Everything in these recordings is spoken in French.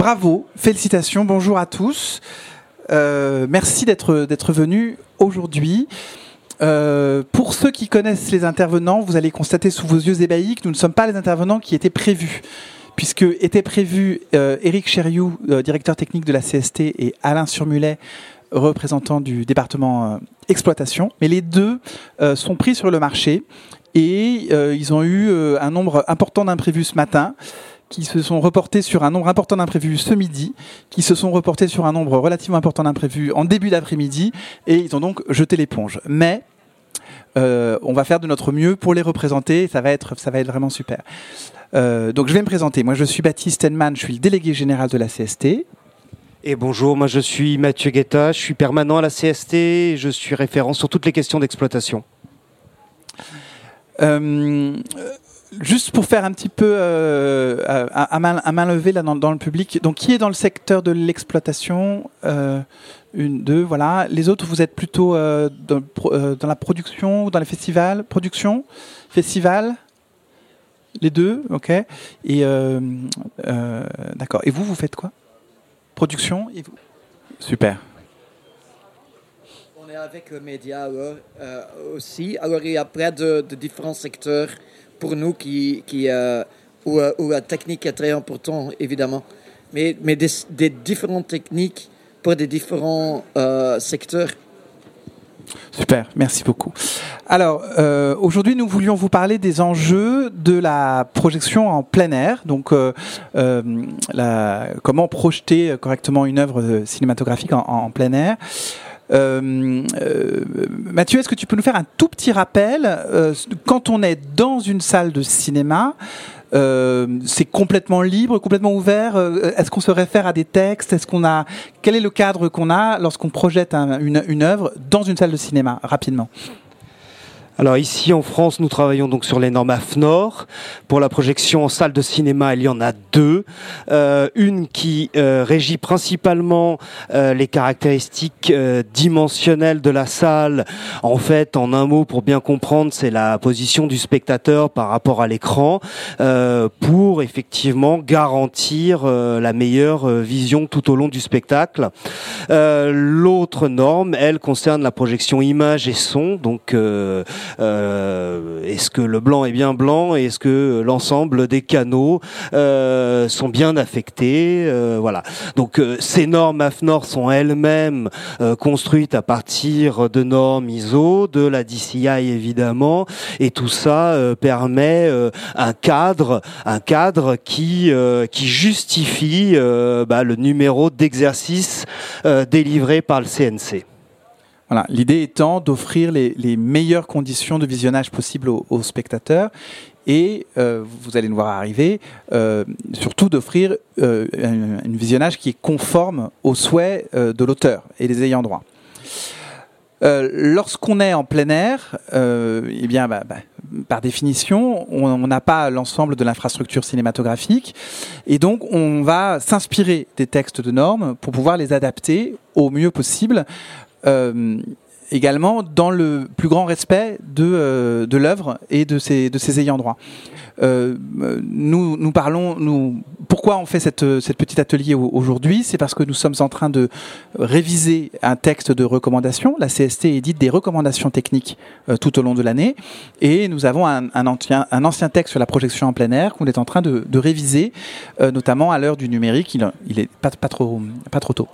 bravo, félicitations, bonjour à tous. Merci d'être venus aujourd'hui. Pour ceux qui connaissent les intervenants, vous allez constater sous vos yeux ébahis que nous ne sommes pas les intervenants qui étaient prévus. Puisque était prévu Éric Chériou, directeur technique de la CST, et Alain Surmulet, représentant du département exploitation. Mais les deux sont pris sur le marché et ils ont eu un nombre important d'imprévus ce matin, qui se sont reportés sur un nombre important d'imprévus ce midi, qui se sont reportés sur un nombre relativement important d'imprévus en début d'après-midi, et ils ont donc jeté l'éponge. Mais on va faire de notre mieux pour les représenter, et ça va être vraiment super. Donc je vais me présenter. Moi je suis Baptiste Henman, je suis le délégué général de la CST. Et bonjour, moi je suis Mathieu Guetta, je suis permanent à la CST et je suis référent sur toutes les questions d'exploitation. Juste pour faire un petit peu à main levée là, dans le public, donc qui est dans le secteur de l'exploitation une, deux, voilà. Les autres, vous êtes plutôt dans la production ou dans les festivals? Production, festival? Les deux, ok. Et d'accord. Et vous faites quoi? Production et vous? Super. On est avec Média aussi. Alors il y a près de différents secteurs pour nous où la technique est très importante, évidemment. Mais des différentes techniques pour des différents secteurs. Super, merci beaucoup. Alors, aujourd'hui, nous voulions vous parler des enjeux de la projection en plein air. Donc, comment projeter correctement une œuvre cinématographique en plein air. Mathieu, est-ce que tu peux nous faire un tout petit rappel quand on est dans une salle de cinéma, c'est complètement libre, complètement ouvert. Est-ce qu'on se réfère à des textes? Quel est le cadre qu'on a lorsqu'on projette une œuvre dans une salle de cinéma? Rapidement. Alors ici en France, nous travaillons donc sur les normes AFNOR. Pour la projection en salle de cinéma, il y en a deux. Une qui régit principalement les caractéristiques dimensionnelles de la salle. En fait, en un mot, pour bien comprendre, c'est la position du spectateur par rapport à l'écran pour effectivement garantir la meilleure vision tout au long du spectacle. L'autre norme, elle, concerne la projection image et son. Donc est-ce que le blanc est bien blanc et est-ce que l'ensemble des canaux sont bien affectés, voilà. Donc ces normes AFNOR sont elles-mêmes construites à partir de normes ISO, de la DCI évidemment, et tout ça permet un cadre qui justifie le numéro d'exercice délivré par le CNC. Voilà, l'idée étant d'offrir les meilleures conditions de visionnage possibles aux spectateurs et, vous allez nous voir arriver, surtout d'offrir un visionnage qui est conforme aux souhaits de l'auteur et des ayants droit. Lorsqu'on est en plein air, par définition, on n'a pas l'ensemble de l'infrastructure cinématographique et donc on va s'inspirer des textes de normes pour pouvoir les adapter au mieux possible. Également dans le plus grand respect de l'œuvre et de ses ayants droit. Nous parlons, pourquoi on fait cette petit atelier aujourd'hui? C'est parce que nous sommes en train de réviser un texte de recommandation. La CST édite des recommandations techniques tout au long de l'année et nous avons un ancien texte sur la projection en plein air qu'on est en train de réviser, notamment à l'heure du numérique. Il est pas trop tôt.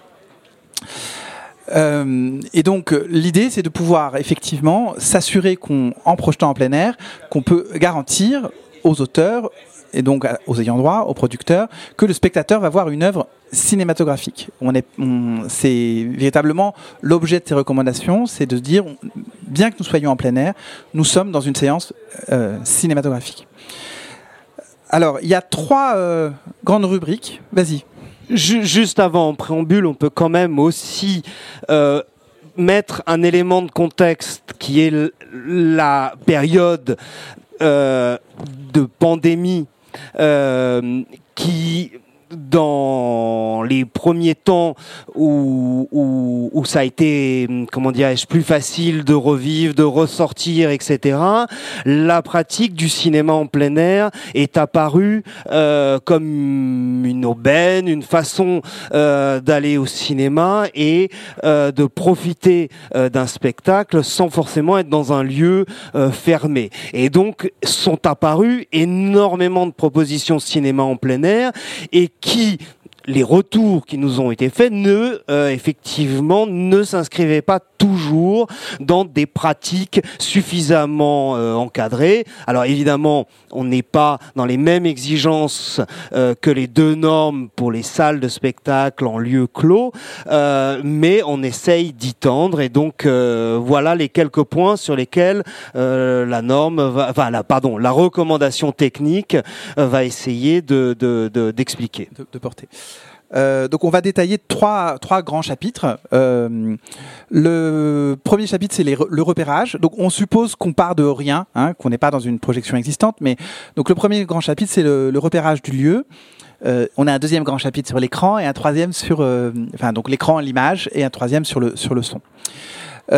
Et donc l'idée c'est de pouvoir effectivement s'assurer qu'en projetant en plein air, qu'on peut garantir aux auteurs et donc aux ayants droit, aux producteurs, que le spectateur va voir une œuvre cinématographique. C'est véritablement l'objet de ces recommandations, c'est de se dire, bien que nous soyons en plein air, nous sommes dans une séance cinématographique. Alors il y a 3 grandes rubriques. Vas-y. Juste avant, en préambule, on peut quand même aussi mettre un élément de contexte qui est la période de pandémie qui dans les premiers temps où ça a été, comment dirais-je, plus facile de revivre, de ressortir, etc., la pratique du cinéma en plein air est apparue comme une aubaine, une façon d'aller au cinéma et de profiter d'un spectacle sans forcément être dans un lieu fermé. Et donc sont apparues énormément de propositions cinéma en plein air et les retours qui nous ont été faits effectivement ne s'inscrivaient pas toujours dans des pratiques suffisamment encadrées. Alors évidemment, on n'est pas dans les mêmes exigences que les 2 normes pour les salles de spectacle en lieu clos, mais on essaye d'y tendre et donc voilà les quelques points sur lesquels la recommandation technique va essayer d'expliquer. De porter. Donc on va détailler trois grands chapitres. Le premier chapitre, c'est le repérage. Donc on suppose qu'on part de rien, qu'on n'est pas dans une projection existante. Mais donc le premier grand chapitre, c'est le repérage du lieu. On a un deuxième grand chapitre sur l'écran et un troisième sur, donc l'écran, l'image, et un troisième sur le son. Il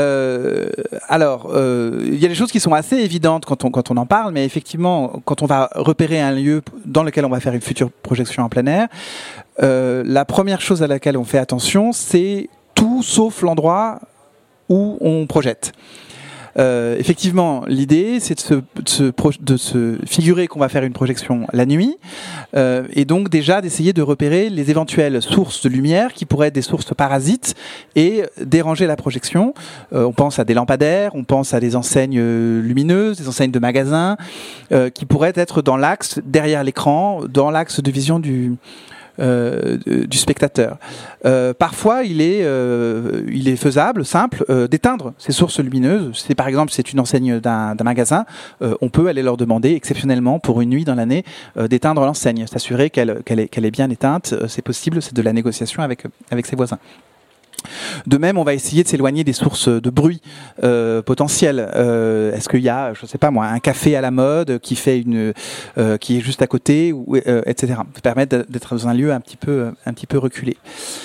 y a des choses qui sont assez évidentes quand on en parle, mais effectivement, quand on va repérer un lieu dans lequel on va faire une future projection en plein air, la première chose à laquelle on fait attention, c'est tout sauf l'endroit où on projette. Effectivement, l'idée, c'est de se figurer qu'on va faire une projection la nuit, et donc déjà d'essayer de repérer les éventuelles sources de lumière qui pourraient être des sources parasites et déranger la projection. On pense à des lampadaires, on pense à des enseignes lumineuses, des enseignes de magasins, qui pourraient être dans l'axe, derrière l'écran, dans l'axe de vision du spectateur. Parfois, il est faisable, simple, d'éteindre ces sources lumineuses. Si par exemple c'est une enseigne d'un magasin, on peut aller leur demander exceptionnellement pour une nuit dans l'année d'éteindre l'enseigne, s'assurer qu'elle est bien éteinte. C'est possible, c'est de la négociation avec ses voisins. De même, on va essayer de s'éloigner des sources de bruit potentielles. Est-ce qu'il y a, je sais pas moi, un café à la mode qui fait qui est juste à côté, etc. Ça permet d'être dans un lieu un petit peu reculé.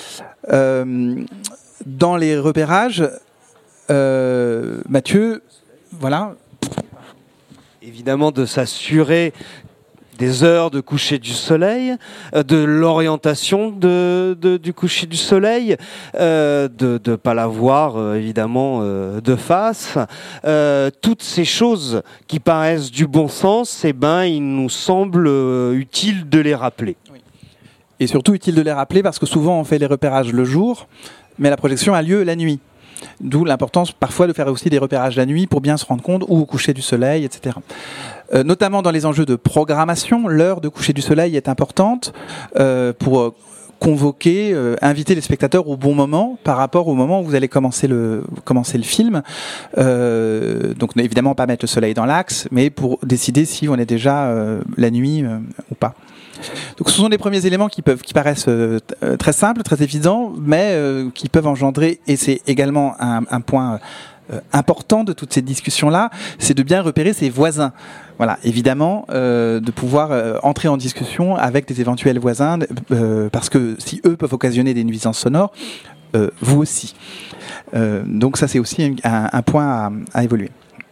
Dans les repérages, Mathieu, voilà. Évidemment, de s'assurer des heures de coucher du soleil, de l'orientation du coucher du soleil, de pas la voir évidemment de face. Toutes ces choses qui paraissent du bon sens, il nous semble utile de les rappeler. Oui. Et surtout utile de les rappeler parce que souvent on fait les repérages le jour, mais la projection a lieu la nuit. D'où l'importance parfois de faire aussi des repérages la nuit pour bien se rendre compte où au coucher du soleil, etc. Notamment dans les enjeux de programmation, l'heure de coucher du soleil est importante pour convoquer, inviter les spectateurs au bon moment par rapport au moment où vous allez commencer le film. Donc évidemment pas mettre le soleil dans l'axe, mais pour décider si on est déjà la nuit ou pas. Donc ce sont des premiers éléments qui paraissent très simples, très évidents, mais qui peuvent engendrer, et c'est également un point important de toute cette discussion-là, c'est de bien repérer ses voisins. Voilà, évidemment, de pouvoir entrer en discussion avec des éventuels voisins, parce que si eux peuvent occasionner des nuisances sonores, vous aussi. Donc ça, c'est aussi un point à évaluer.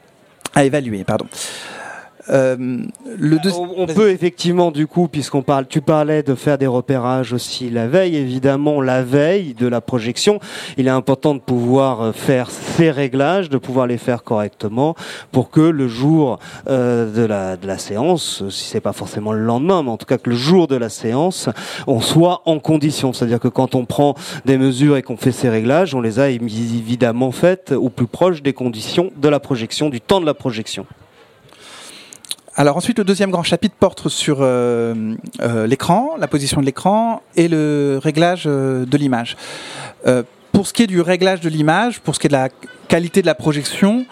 On peut effectivement, du coup, tu parlais de faire des repérages aussi la veille. Évidemment, la veille de la projection, il est important de pouvoir faire ces réglages, de pouvoir les faire correctement pour que le jour de la séance, si c'est pas forcément le lendemain, mais en tout cas que le jour de la séance, on soit en condition. C'est-à-dire que quand on prend des mesures et qu'on fait ces réglages, on les a évidemment faites au plus proche des conditions de la projection, du temps de la projection. Alors ensuite, le deuxième grand chapitre porte sur l'écran, la position de l'écran et le réglage de l'image. Pour ce qui est du réglage de l'image, pour ce qui est de la qualité de la projection,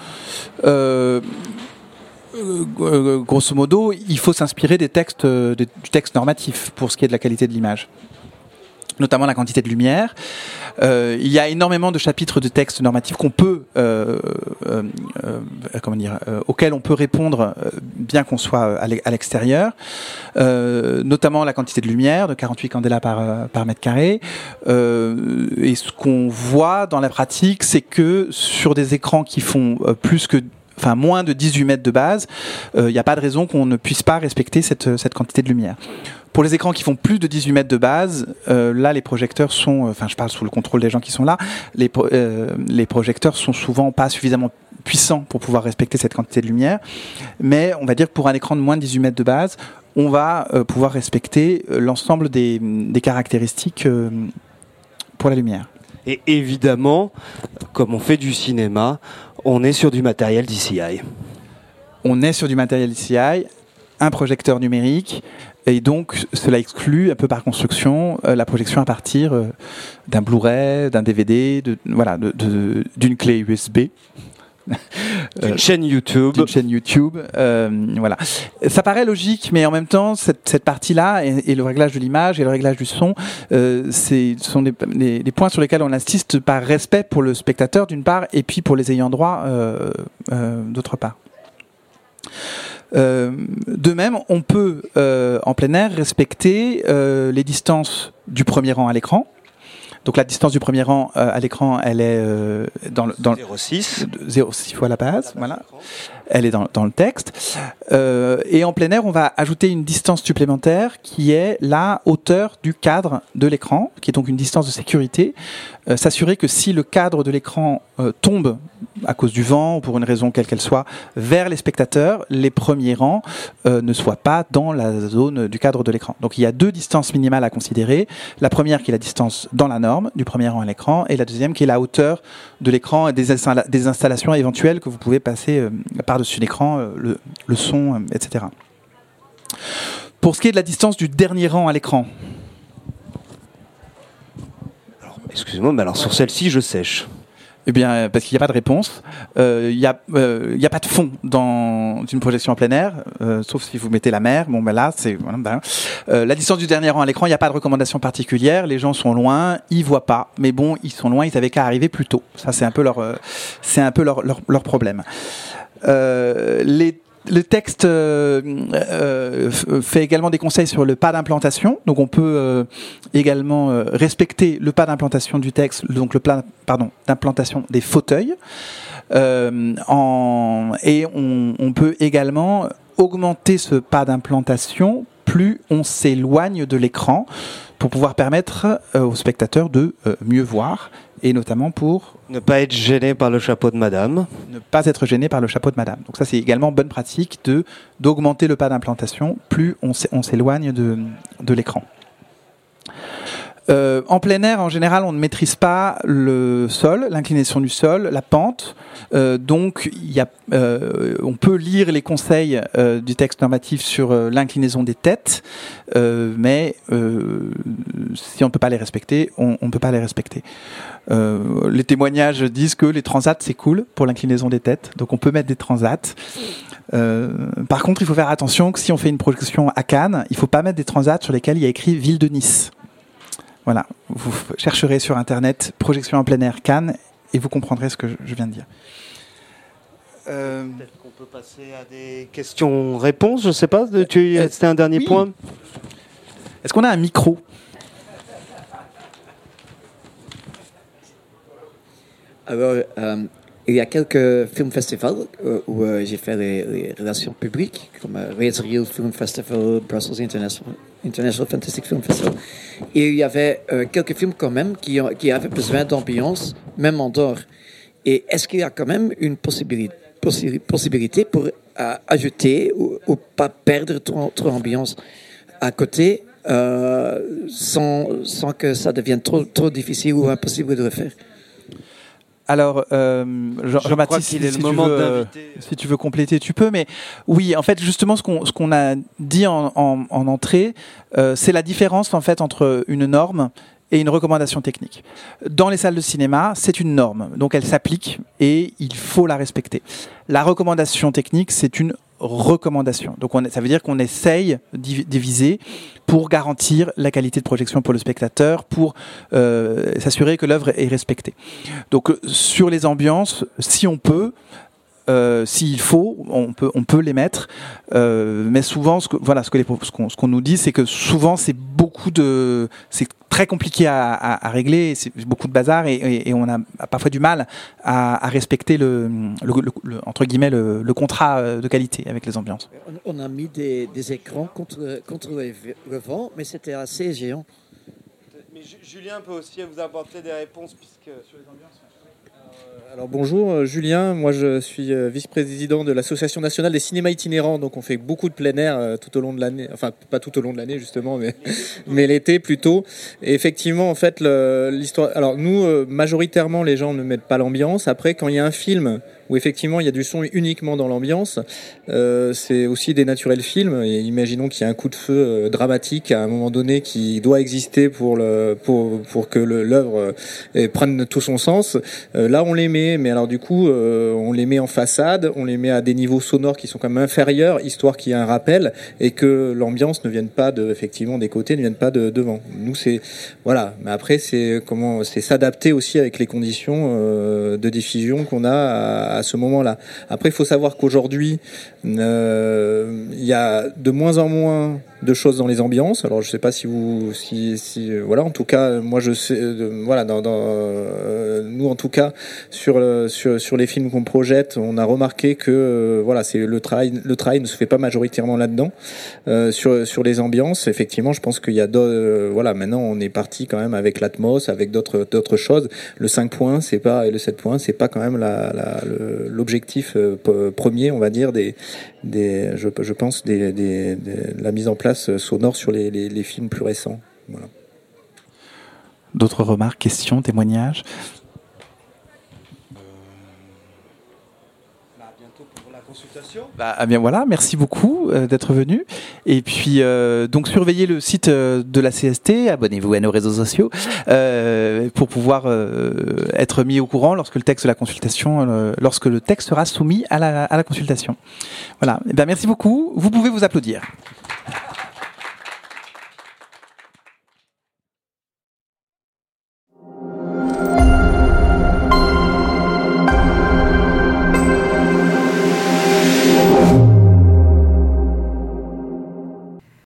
grosso modo, il faut s'inspirer du texte normatif pour ce qui est de la qualité de l'image. notamment la quantité de lumière. Il y a énormément de chapitres de textes normatifs qu'on peut, auxquels on peut répondre bien qu'on soit à l'extérieur, notamment la quantité de lumière de 48 candela par mètre carré. Et ce qu'on voit dans la pratique, c'est que sur des écrans qui font moins de 18 mètres de base, il n'y a pas de raison qu'on ne puisse pas respecter cette quantité de lumière. Pour les écrans qui font plus de 18 mètres de base, là les projecteurs sont, je parle sous le contrôle des gens qui sont là, les projecteurs sont souvent pas suffisamment puissants pour pouvoir respecter cette quantité de lumière, mais on va dire que pour un écran de moins de 18 mètres de base, on va pouvoir respecter l'ensemble des caractéristiques pour la lumière. Et évidemment, comme on fait du cinéma, on est sur du matériel DCI. On est sur du matériel DCI, un projecteur numérique, et donc cela exclut un peu par construction la projection à partir d'un Blu-ray, d'un DVD, d'une clé USB. D'une chaîne YouTube. Voilà. Ça paraît logique, mais en même temps, cette partie-là et le réglage de l'image et le réglage du son, ce sont des points sur lesquels on insiste par respect pour le spectateur d'une part, et puis pour les ayants droit d'autre part. De même, on peut en plein air respecter les distances du premier rang à l'écran. Donc la distance du premier rang à l'écran, elle est dans 0,6 fois la base, voilà. Elle est dans le texte. Et en plein air, on va ajouter une distance supplémentaire qui est la hauteur du cadre de l'écran, qui est donc une distance de sécurité. S'assurer que si le cadre de l'écran tombe à cause du vent ou pour une raison quelle qu'elle soit vers les spectateurs, les premiers rangs ne soient pas dans la zone du cadre de l'écran. Donc il y a deux distances minimales à considérer. La première qui est la distance dans la norme du premier rang à l'écran, et la deuxième qui est la hauteur de l'écran et des installations éventuelles que vous pouvez passer par-dessus l'écran, le son, etc. Pour ce qui est de la distance du dernier rang à l'écran. Excusez-moi, mais alors sur celle-ci, je sèche. Eh bien, parce qu'il n'y a pas de réponse. Il n'y a pas de fond dans une projection en plein air, sauf si vous mettez la mer. Bon, ben là, c'est la distance du dernier rang à l'écran. Il n'y a pas de recommandation particulière. Les gens sont loin, ils voient pas. Mais bon, ils sont loin. Ils avaient qu'à arriver plus tôt. Ça, c'est un peu leur problème. Le texte fait également des conseils sur le pas d'implantation. Donc on peut également respecter le pas d'implantation du texte, donc le pas d'implantation des fauteuils. Et on peut également augmenter ce pas d'implantation plus on s'éloigne de l'écran pour pouvoir permettre aux spectateurs de mieux voir, et notamment pour ne pas être gêné par le chapeau de madame. Ne pas être gêné par le chapeau de madame. Donc ça, c'est également bonne pratique d'augmenter le pas d'implantation plus on s'éloigne de l'écran. En plein air, en général, on ne maîtrise pas le sol, l'inclinaison du sol, la pente. Donc, on peut lire les conseils du texte normatif sur l'inclinaison des têtes, mais si on ne peut pas les respecter, on ne peut pas les respecter. Les témoignages disent que les transats, c'est cool pour l'inclinaison des têtes, donc on peut mettre des transats. Par contre, il faut faire attention que si on fait une projection à Cannes, il ne faut pas mettre des transats sur lesquels il y a écrit Ville de Nice. Voilà, vous chercherez sur Internet projection en plein air Cannes et vous comprendrez ce que je viens de dire. Peut-être qu'on peut passer à des questions-réponses, je ne sais pas. C'était un dernier point. Est-ce qu'on a un micro ? Alors, il y a quelques film festivals où j'ai fait les relations publiques, comme Israel Film Festival, Brussels International Fantastic Film Festival. Et il y avait quelques films quand même qui avaient besoin d'ambiance, même en dehors. Et est-ce qu'il y a quand même une possibilité pour ajouter ou pas perdre trop ambiance à côté sans que ça devienne trop difficile ou impossible de le faire? Alors, Jean-Baptiste, si tu veux compléter, tu peux. Mais oui, en fait, justement, ce qu'on a dit en entrée, c'est la différence en fait entre une norme et une recommandation technique. Dans les salles de cinéma, c'est une norme, donc elle s'applique et il faut la respecter. La recommandation technique, c'est une recommandations. Donc ça veut dire qu'on essaye d'y viser pour garantir la qualité de projection pour le spectateur, pour s'assurer que l'œuvre est respectée. Donc sur les ambiances, si on peut, s'il faut, on peut les mettre, mais souvent ce qu'on nous dit, c'est que souvent c'est très compliqué à régler, c'est beaucoup de bazar et on a parfois du mal à respecter entre guillemets le contrat de qualité avec les ambiances. On a mis des écrans contre le vent, mais c'était assez géant. Mais Julien peut aussi vous apporter des réponses puisque sur les ambiances. Alors bonjour, Julien, moi je suis vice-président de l'Association nationale des cinémas itinérants, donc on fait beaucoup de plein air tout au long de l'année, enfin pas tout au long de l'année justement, mais l'été plutôt. Et effectivement en fait l'histoire, alors nous majoritairement les gens ne mettent pas l'ambiance, après quand il y a un film où effectivement il y a du son uniquement dans l'ambiance, c'est aussi dénaturer le film, et imaginons qu'il y a un coup de feu dramatique à un moment donné qui doit exister pour que l'œuvre prenne tout son sens, là on les met, mais alors du coup on les met en façade, on les met à des niveaux sonores qui sont quand même inférieurs, histoire qu'il y ait un rappel et que l'ambiance ne vienne pas effectivement des côtés, ne vienne pas de devant. Nous c'est voilà, mais après c'est s'adapter aussi avec les conditions de diffusion qu'on a à ce moment-là. Après il faut savoir qu'aujourd'hui il y a de moins en moins de choses dans les ambiances. Alors je sais pas si voilà, en tout cas moi je sais voilà nous en tout cas sur les films qu'on projette, on a remarqué que voilà, c'est le travail ne se fait pas majoritairement là-dedans. Sur les ambiances, effectivement, je pense qu'il y a voilà, maintenant on est parti quand même avec l'Atmos, avec d'autres choses. Le 5 points, c'est pas, et le 7 points, c'est pas quand même l'objectif premier, on va dire je pense la mise en place sonore sur les films plus récents. Voilà. D'autres remarques, questions, témoignages? Consultation. Bien voilà, merci beaucoup d'être venu. Et puis donc surveillez le site de la CST, abonnez-vous à nos réseaux sociaux pour pouvoir être mis au courant lorsque le texte de la consultation, lorsque le texte sera soumis à la consultation. Voilà. Et merci beaucoup. Vous pouvez vous applaudir.